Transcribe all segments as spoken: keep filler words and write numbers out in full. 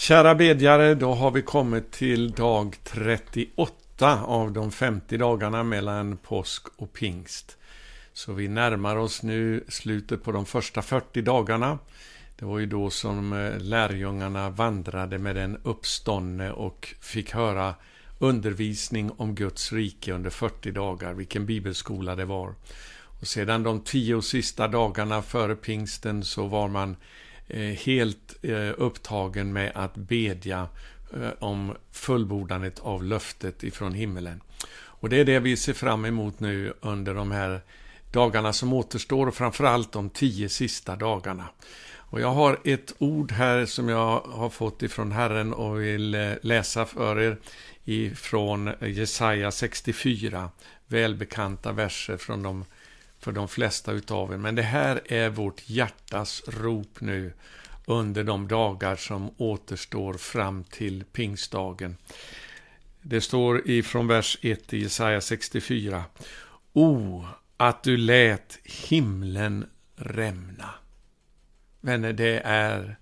Kära bedjare, då har vi kommit till dag trettioåtta av de femtio dagarna mellan påsk och pingst. Så vi närmar oss nu slutet på de första fyrtio dagarna. Det var ju då som lärjungarna vandrade med den uppståndne och fick höra undervisning om Guds rike under fyrtio dagar. Vilken bibelskola det var. Och sedan de tio sista dagarna före pingsten så var man helt upptagen med att bedja om fullbordandet av löftet ifrån himmelen. Och det är det vi ser fram emot nu under de här dagarna som återstår, och framförallt de tio sista dagarna. Och jag har ett ord här som jag har fått ifrån Herren och vill läsa för er ifrån Jesaja sextiofyra, välbekanta verser från de för de flesta utav er. Men det här är vårt hjärtas rop nu under de dagar som återstår fram till pingstdagen. Det står ifrån vers ett i Jesaja sextiofyra. O, att du lät himlen rämna. Vänner, det är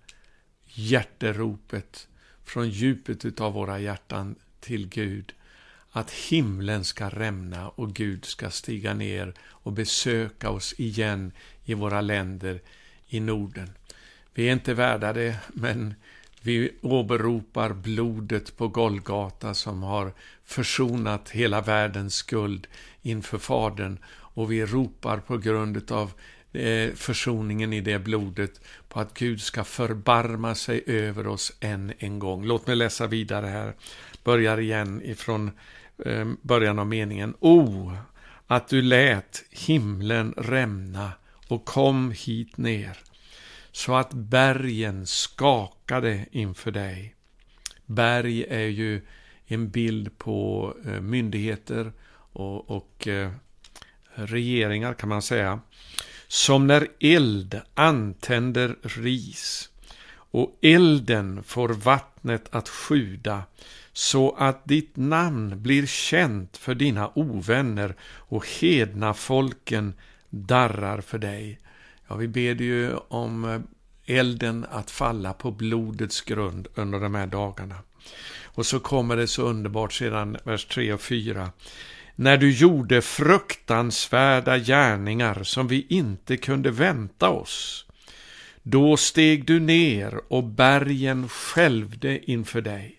hjärteropet från djupet utav våra hjärtan till Gud. Att himlen ska rämna och Gud ska stiga ner och besöka oss igen i våra länder i Norden. Vi är inte värda det, men vi åberopar blodet på Golgata som har försonat hela världens skuld inför Fadern. Och vi ropar på grund av eh, försoningen i det blodet på att Gud ska förbarma sig över oss än en gång. Låt mig läsa vidare här. Börjar igen ifrån eh, början av meningen. O, att du lät himlen rämna och kom hit ner, så att bergen skakade inför dig. Berg är ju en bild på eh, myndigheter och, och eh, regeringar kan man säga. Som när eld antänder ris och elden får vattnet att sjuda, så att ditt namn blir känt för dina ovänner och hedna folken darrar för dig. Ja, vi ber ju om elden att falla på blodets grund under de här dagarna. Och så kommer det så underbart sedan vers tre och fyra. När du gjorde fruktansvärda gärningar som vi inte kunde vänta oss, då steg du ner och bergen skälvde inför dig.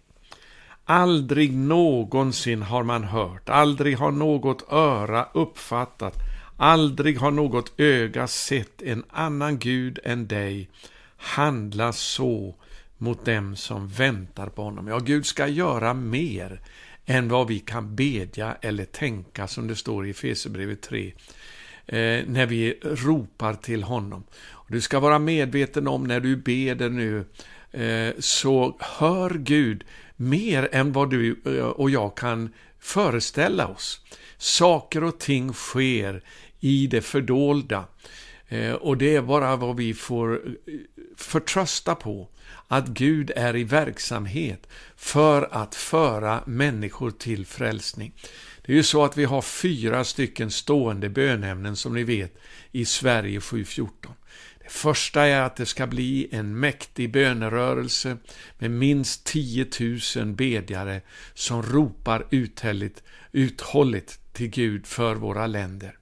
Aldrig någonsin har man hört, aldrig har något öra uppfattat, aldrig har något öga sett en annan Gud än dig handla så mot dem som väntar på honom. Ja, Gud ska göra mer än vad vi kan bedja eller tänka, som det står i Efesierbrevet tre, eh, när vi ropar till honom. Och du ska vara medveten om när du beder nu, eh, så hör Gud mer än vad du och jag kan föreställa oss. Saker och ting sker i det fördolda, eh, och det är bara vad vi får förtrösta på, att Gud är i verksamhet för att föra människor till frälsning. Det är ju så att vi har fyra stycken stående bönämnen som ni vet i Sverige sju fjorton. Det första är att det ska bli en mäktig bönerörelse med minst tio tusen bedjare som ropar uthålligt, uthålligt till Gud för våra länder.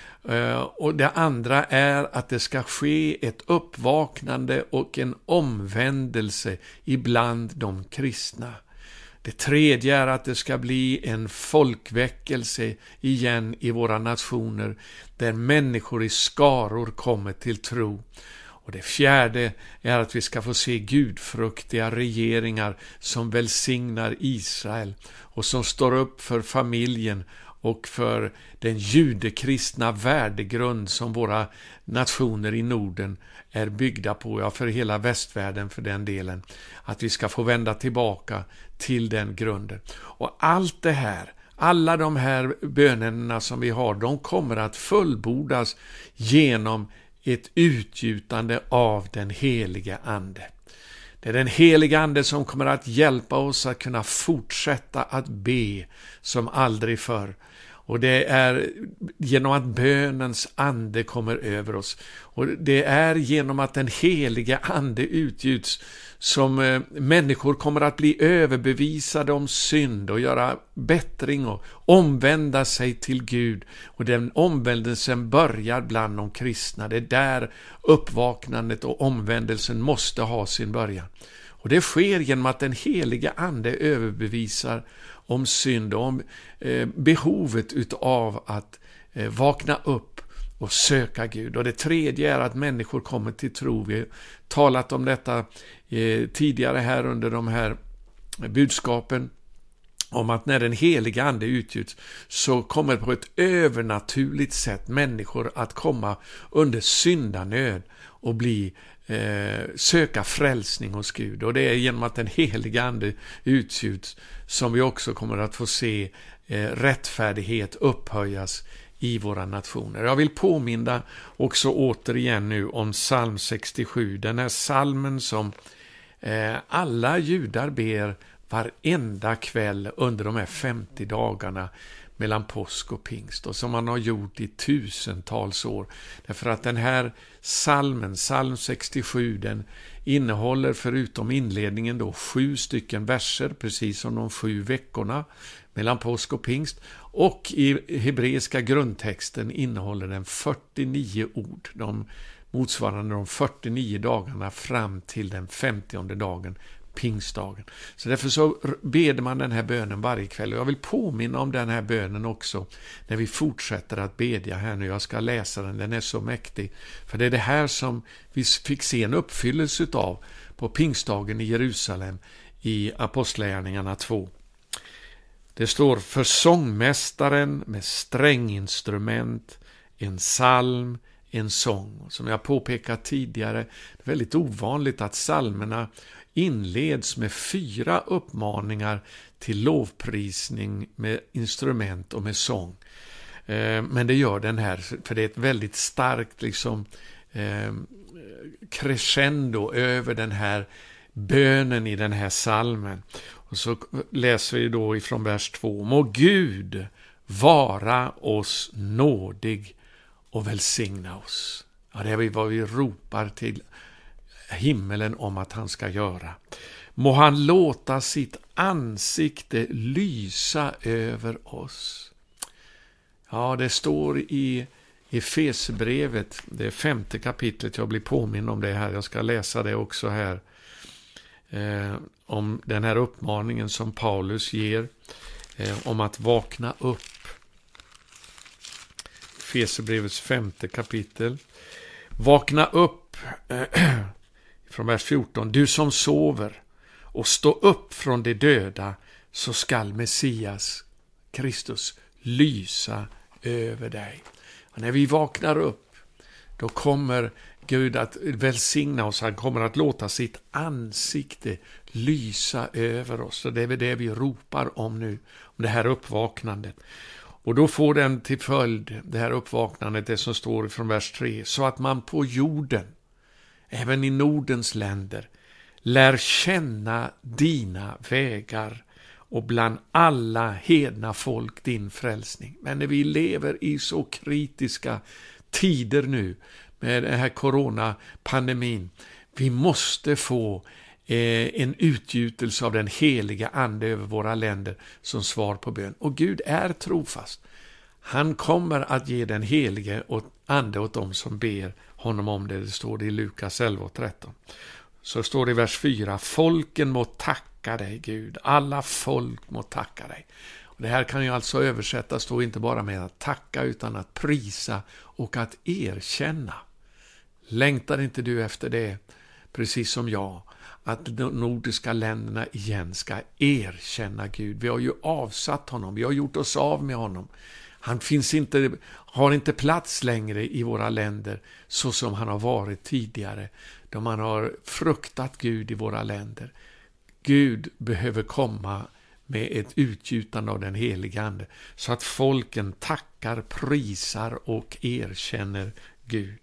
Och det andra är att det ska ske ett uppvaknande och en omvändelse ibland de kristna. Det tredje är att det ska bli en folkväckelse igen i våra nationer, där människor i skaror kommer till tro. Och det fjärde är att vi ska få se gudfruktiga regeringar som välsignar Israel och som står upp för familjen och för den judekristna värdegrund som våra nationer i Norden är byggda på, ja, för hela västvärlden för den delen, att vi ska få vända tillbaka till den grunden. Och allt det här, alla de här bönerna som vi har, de kommer att fullbordas genom ett utgjutande av den heliga ande. Det är den heliga ande som kommer att hjälpa oss att kunna fortsätta att be som aldrig förr. Och det är genom att bönens ande kommer över oss. Och det är genom att den heliga ande utgjuts som eh, människor kommer att bli överbevisade om synd och göra bättring och omvända sig till Gud. Och den omvändelsen börjar bland de kristna. Det är där uppvaknandet och omvändelsen måste ha sin början. Och det sker genom att den heliga ande överbevisar om synd och om eh, behovet utav att eh, vakna upp och söka Gud. Och det tredje är att människor kommer till tro. Vi har talat om detta eh, tidigare här under de här budskapen. Om att när den heliga ande utgjuts så kommer på ett övernaturligt sätt människor att komma under syndanöd och bli eh, söka frälsning hos Gud. Och det är genom att den heliga ande utgjuts som vi också kommer att få se eh, rättfärdighet upphöjas i våra nationer. Jag vill påminna också återigen nu om psalm sextiosju. Den här psalmen som eh, alla judar ber varenda kväll under de här femtio dagarna mellan påsk och pingst, och som man har gjort i tusentals år. Därför att den här psalmen, psalm sextiosju, den innehåller förutom inledningen då sju stycken verser, precis som de sju veckorna mellan påsk och pingst, och i hebreiska grundtexten innehåller den fyrtionio ord, de motsvarande de fyrtionio dagarna fram till den femtionde dagen, pingstdagen. Så därför så ber man den här bönen varje kväll. Och jag vill påminna om den här bönen också när vi fortsätter att bedja här nu. Jag ska läsa den, den är så mäktig. För det är det här som vi fick se en uppfyllelse av på pingstdagen i Jerusalem i Apostlagärningarna två. Det står: för sångmästaren med stränginstrument, en psalm, en sång. Som jag påpekat tidigare, det är väldigt ovanligt att psalmerna inleds med fyra uppmaningar till lovprisning med instrument och med sång. Men det gör den här, för det är ett väldigt starkt liksom crescendo över den här bönen i den här psalmen. Och så läser vi då ifrån vers två: må Gud vara oss nådig och välsigna oss. Ja, det är vad vi ropar till himmelen om att han ska göra. Må han låta sitt ansikte lysa över oss. Ja, det står i Efesierbrevet, det femte kapitlet, jag blir påminn om det här, jag ska läsa det också här, eh, om den här uppmaningen som Paulus ger eh, om att vakna upp. Efesierbrevets femte kapitel. Vakna upp eh, från vers fjorton. Du som sover, och stå upp från de döda, så skall Messias, Kristus, lysa över dig. Och när vi vaknar upp, då kommer Gud att välsigna oss. Han kommer att låta sitt ansikte lysa över oss. Och det är det vi ropar om nu, om det här uppvaknandet. Och då får den till följd, det här uppvaknandet, det som står från vers tre, så att man på jorden, även i Nordens länder, lär känna dina vägar och bland alla hedna folk din frälsning. Men när vi lever i så kritiska tider nu med den här coronapandemin, vi måste få eh, en utgjutelse av den heliga ande över våra länder som svar på bön. Och Gud är trofast. Han kommer att ge den helige ande åt dem som ber honom om det. Det står det i Lukas elva och tretton. Så står det i vers fyra: folken må tacka dig, Gud. Alla folk må tacka dig. Och det här kan ju alltså översättas då inte bara med att tacka, utan att prisa och att erkänna. Längtar inte du efter det, precis som jag, att de nordiska länderna igen ska erkänna Gud? Vi har ju avsatt honom, vi har gjort oss av med honom. Han finns inte, har inte plats längre i våra länder så som han har varit tidigare, då man har fruktat Gud i våra länder. Gud behöver komma med ett utgjutande av den heliga ande, så att folken tackar, prisar och erkänner Gud.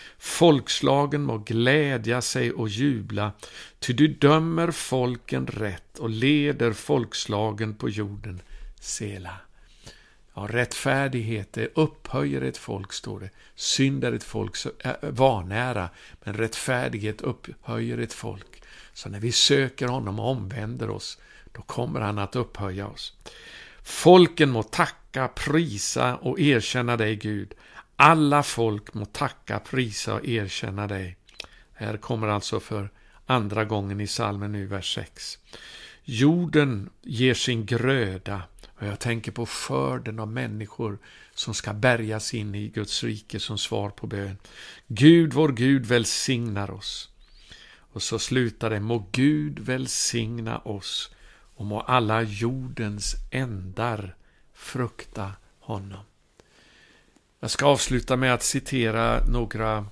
Folkslagen må glädja sig och jubla, ty du dömer folken rätt och leder folkslagen på jorden. Sela. Ja, rättfärdighet, det upphöjer ett folk, står det. Synd är ett folk vanära, men rättfärdighet upphöjer ett folk. Så när vi söker honom och omvänder oss, då kommer han att upphöja oss. Folken må tacka, prisa och erkänna dig, Gud. Alla folk må tacka, prisa och erkänna dig. Här kommer alltså för andra gången i psalmen nu, vers sex. Jorden ger sin gröda, och jag tänker på skörden av människor som ska bärgas in i Guds rike som svar på bön. Gud, vår Gud, välsignar oss. Och så slutar det, må Gud välsigna oss, och må alla jordens ändar frukta honom. Jag ska avsluta med att citera några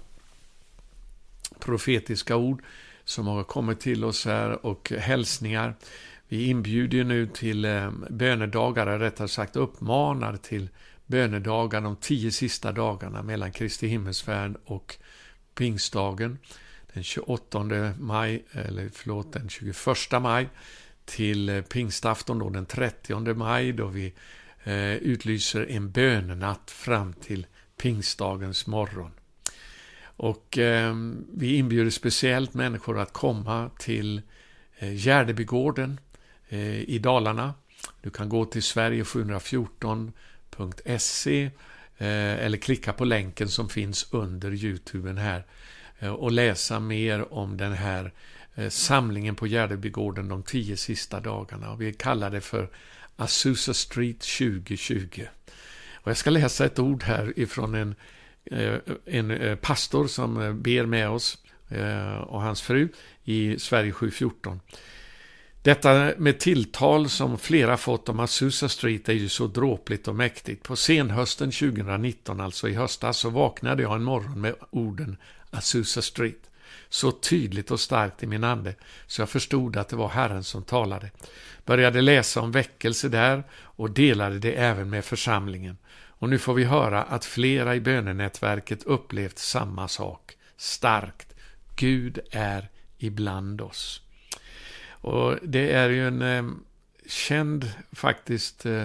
profetiska ord som har kommit till oss här, och hälsningar. Vi inbjuder nu till bönedagar, eller rättare sagt uppmanar till bönedagar de tio sista dagarna mellan Kristi himmelsfärd och pingstdagen. Den tjugoåttonde maj, eller förlåt, den tjugoförsta maj till pingstafton då den trettionde maj, då vi eh, utlyser en bönenatt fram till pingstdagens morgon. Och eh, vi inbjuder speciellt människor att komma till eh, Gärdebygården eh, i Dalarna. Du kan gå till sverige sjuhundrafjorton punkt se eh, eller klicka på länken som finns under YouTuben här eh, och läsa mer om den här eh, samlingen på Gärdebygården de tio sista dagarna. Och vi kallar det för Azusa Street tjugo tjugo. Och jag ska läsa ett ord här ifrån en en pastor som ber med oss och hans fru i Sverige sju fjorton. Detta med tilltal som flera fått om Azusa Street är ju så dråpligt och mäktigt. På senhösten tjugonitton, alltså i höstas, så vaknade jag en morgon med orden Azusa Street. Så tydligt och starkt i min ande, så jag förstod att det var Herren som talade. Började läsa om väckelse där och delade det även med församlingen. Och nu får vi höra att flera i bönenätverket upplevt samma sak. Starkt. Gud är ibland oss. Och det är ju en eh, känd faktiskt eh,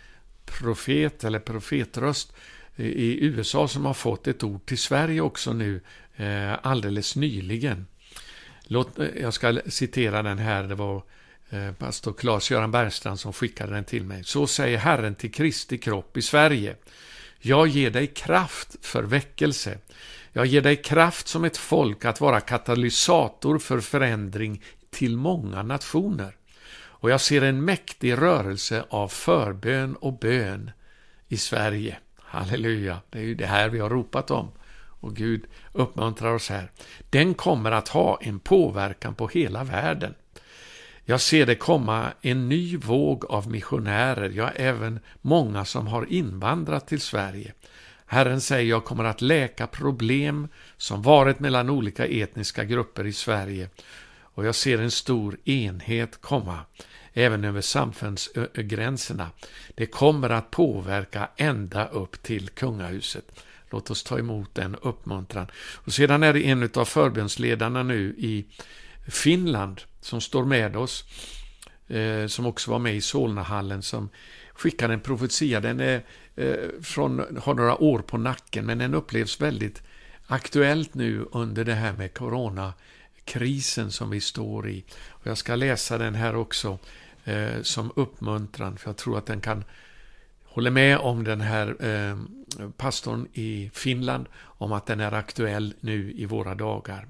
profet eller profetröst i U S A som har fått ett ord till Sverige också nu eh, alldeles nyligen. Låt, jag ska citera den här, det var pastor Claes-Göran Bergstrand som skickade den till mig. Så säger Herren till Kristi kropp i Sverige. Jag ger dig kraft för väckelse. Jag ger dig kraft som ett folk att vara katalysator för förändring till många nationer. Och jag ser en mäktig rörelse av förbön och bön i Sverige. Halleluja, det är ju det här vi har ropat om. Och Gud uppmuntrar oss här. Den kommer att ha en påverkan på hela världen. Jag ser det komma en ny våg av missionärer, ja även många som har invandrat till Sverige. Herren säger jag kommer att läka problem som varit mellan olika etniska grupper i Sverige. Och jag ser en stor enhet komma, även över samfundsgränserna. Det kommer att påverka ända upp till kungahuset. Låt oss ta emot den uppmuntran. Och sedan är det en av förbönsledarna nu i Finland som står med oss, eh, som också var med i Solnahallen, som skickade en profetia. Den är eh, från, har några år på nacken, men den upplevs väldigt aktuellt nu under det här med coronakrisen som vi står i. Och jag ska läsa den här också eh, som uppmuntran, för jag tror att den kan hålla med om den här eh, pastorn i Finland, om att den är aktuell nu i våra dagar.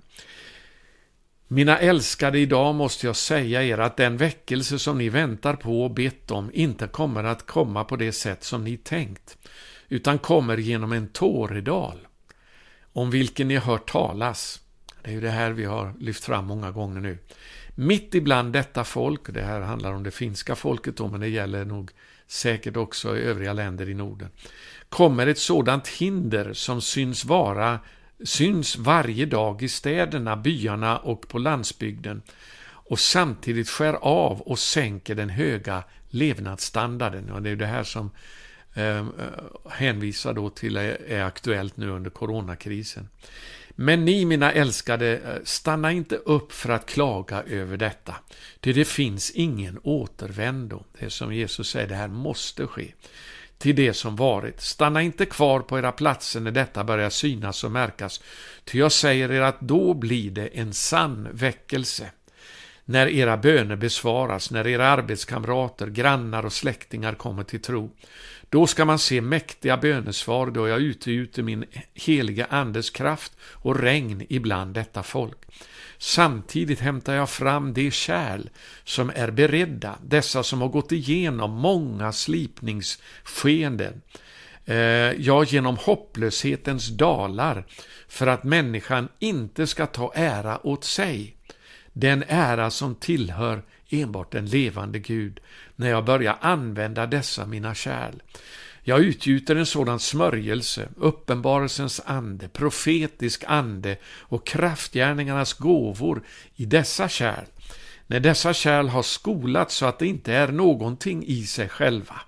Mina älskade, idag måste jag säga er att den väckelse som ni väntar på och bett om inte kommer att komma på det sätt som ni tänkt, utan kommer genom en tåredal, om vilken ni har hört talas. Det är ju det här vi har lyft fram många gånger nu. Mitt ibland detta folk, det här handlar om det finska folket då, men det gäller nog säkert också i övriga länder i Norden, kommer ett sådant hinder som syns vara syns varje dag i städerna, byarna och på landsbygden, och samtidigt skär av och sänker den höga levnadsstandarden. Och det är det här som eh, hänvisar då till är aktuellt nu under coronakrisen. Men ni, mina älskade, stanna inte upp för att klaga över detta. Det, det finns ingen återvändo. Det är som Jesus säger, det här måste ske. till det som varit. Stanna inte kvar på era platser när detta börjar synas och märkas, ty jag säger er att då blir det en sann väckelse. När era böner besvaras, när era arbetskamrater, grannar och släktingar kommer till tro, då ska man se mäktiga bönesvar då jag utgjuter min heliga andes kraft och regn ibland detta folk. Samtidigt hämtar jag fram de kärl som är beredda, dessa som har gått igenom många slipningsskeden, eh, ja genom hopplöshetens dalar, för att människan inte ska ta ära åt sig, den ära som tillhör enbart den levande Gud, när jag börjar använda dessa mina kärl. Jag utgjuter en sådan smörjelse, uppenbarelsens ande, profetisk ande och kraftgärningarnas gåvor i dessa kärl. När dessa kärl har skolats så att det inte är någonting i sig själva,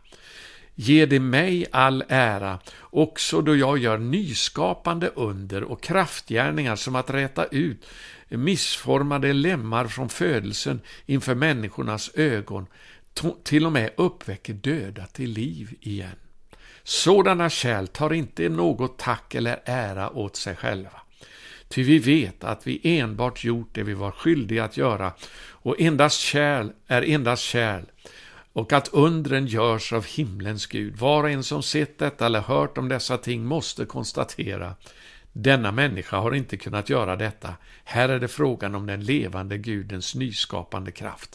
ger det mig all ära, också då jag gör nyskapande under och kraftgärningar som att räta ut missformade lemmar från födelsen inför människornas ögon, till och med uppväcker döda till liv igen. Sådana kärl tar inte något tack eller ära åt sig själva. Ty vi vet att vi enbart gjort det vi var skyldiga att göra, och endast kärl är endast kärl, och att undren görs av himlens Gud. Var och en som sett detta eller hört om dessa ting måste konstatera: denna människa har inte kunnat göra detta. Här är det frågan om den levande Gudens nyskapande kraft.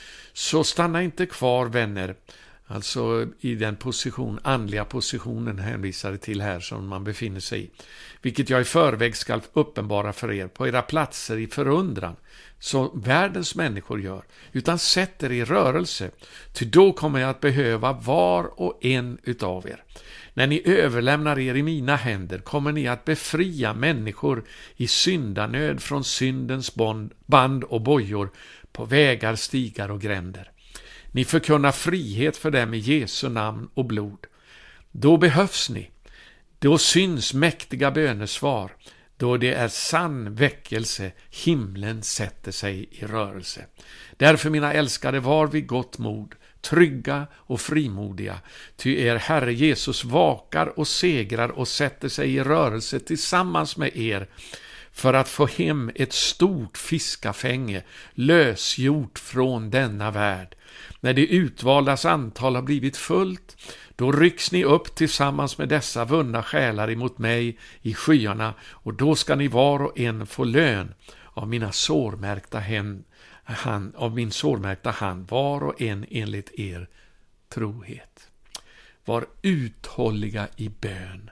Så stanna inte kvar, vänner, alltså i den position, andliga positionen hänvisade till här som man befinner sig i, vilket jag i förväg ska uppenbara för er på era platser i förundran, som världens människor gör, utan sätt er i rörelse, ty då kommer jag att behöva var och en utav er. När ni överlämnar er i mina händer kommer ni att befria människor i syndanöd från syndens band och bojor på vägar, stigar och gränder. Ni förkunnar frihet för dem i Jesu namn och blod. Då behövs ni. Då syns mäktiga bönesvar. Då det är sann väckelse, himlen sätter sig i rörelse. Därför, mina älskade, var vid gott mod, trygga och frimodiga, ty er Herre Jesus vakar och segrar och sätter sig i rörelse tillsammans med er för att få hem ett stort fiskafänge lösgjort från denna värld. När det utvaldas antal har blivit fullt, då rycks ni upp tillsammans med dessa vunna själar emot mig i skyarna, och då ska ni var och en få lön av mina sårmärkta hand, hand, av min sårmärkta hand, var och en enligt er trohet. Var uthålliga i bön,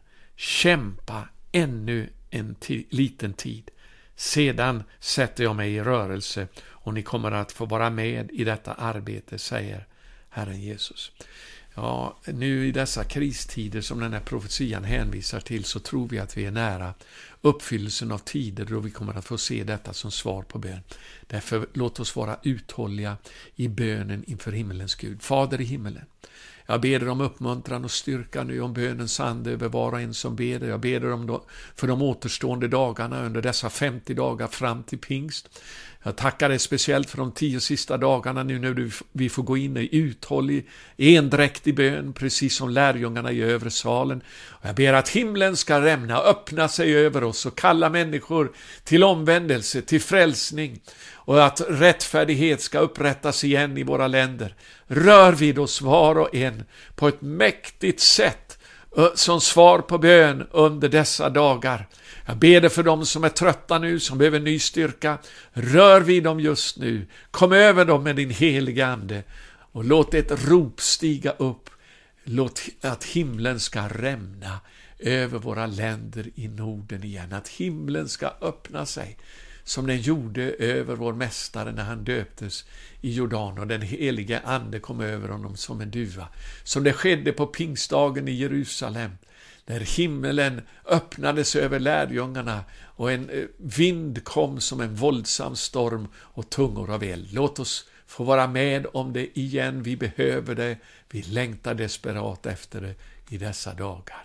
kämpa ännu en t- liten tid. Sedan sätter jag mig i rörelse och ni kommer att få vara med i detta arbete, säger Herren Jesus. Ja, nu i dessa kristider som den här profetian hänvisar till, så tror vi att vi är nära uppfyllelsen av tider då vi kommer att få se detta som svar på bön. Därför låt oss vara uthålliga i bönen inför himmelens Gud. Fader i himmelen, jag ber om uppmuntran och styrka nu, om bönens ande över var och en som ber. Jag ber om då, för de återstående dagarna under dessa femtio dagar fram till pingst. Jag tackar dig speciellt för de tio sista dagarna nu när du, vi får gå in i uthållig, endräktig bön, precis som lärjungarna i övre svalen. Och jag ber att himlen ska rämna, öppna sig över oss och kalla människor till omvändelse, till frälsning, och att rättfärdighet ska upprättas igen i våra länder. Rör vid oss var och en på ett mäktigt sätt som svar på bön under dessa dagar. Jag ber dig för dem som är trötta nu, som behöver ny styrka. Rör vid dem just nu. Kom över dem med din heliga ande och låt ett rop stiga upp. Låt att himlen ska rämna över våra länder i Norden igen. Att himlen ska öppna sig som den gjorde över vår mästare när han döptes i Jordan och den helige ande kom över honom som en duva. Som det skedde på pingstdagen i Jerusalem, när himmelen öppnades över lärjungarna och en vind kom som en våldsam storm och tungor av eld. Låt oss få vara med om det igen. Vi behöver det. Vi längtar desperat efter det i dessa dagar.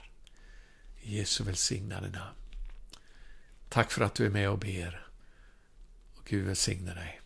I Jesu välsignade namn. Tack för att du är med och ber. Och Gud välsigne dig.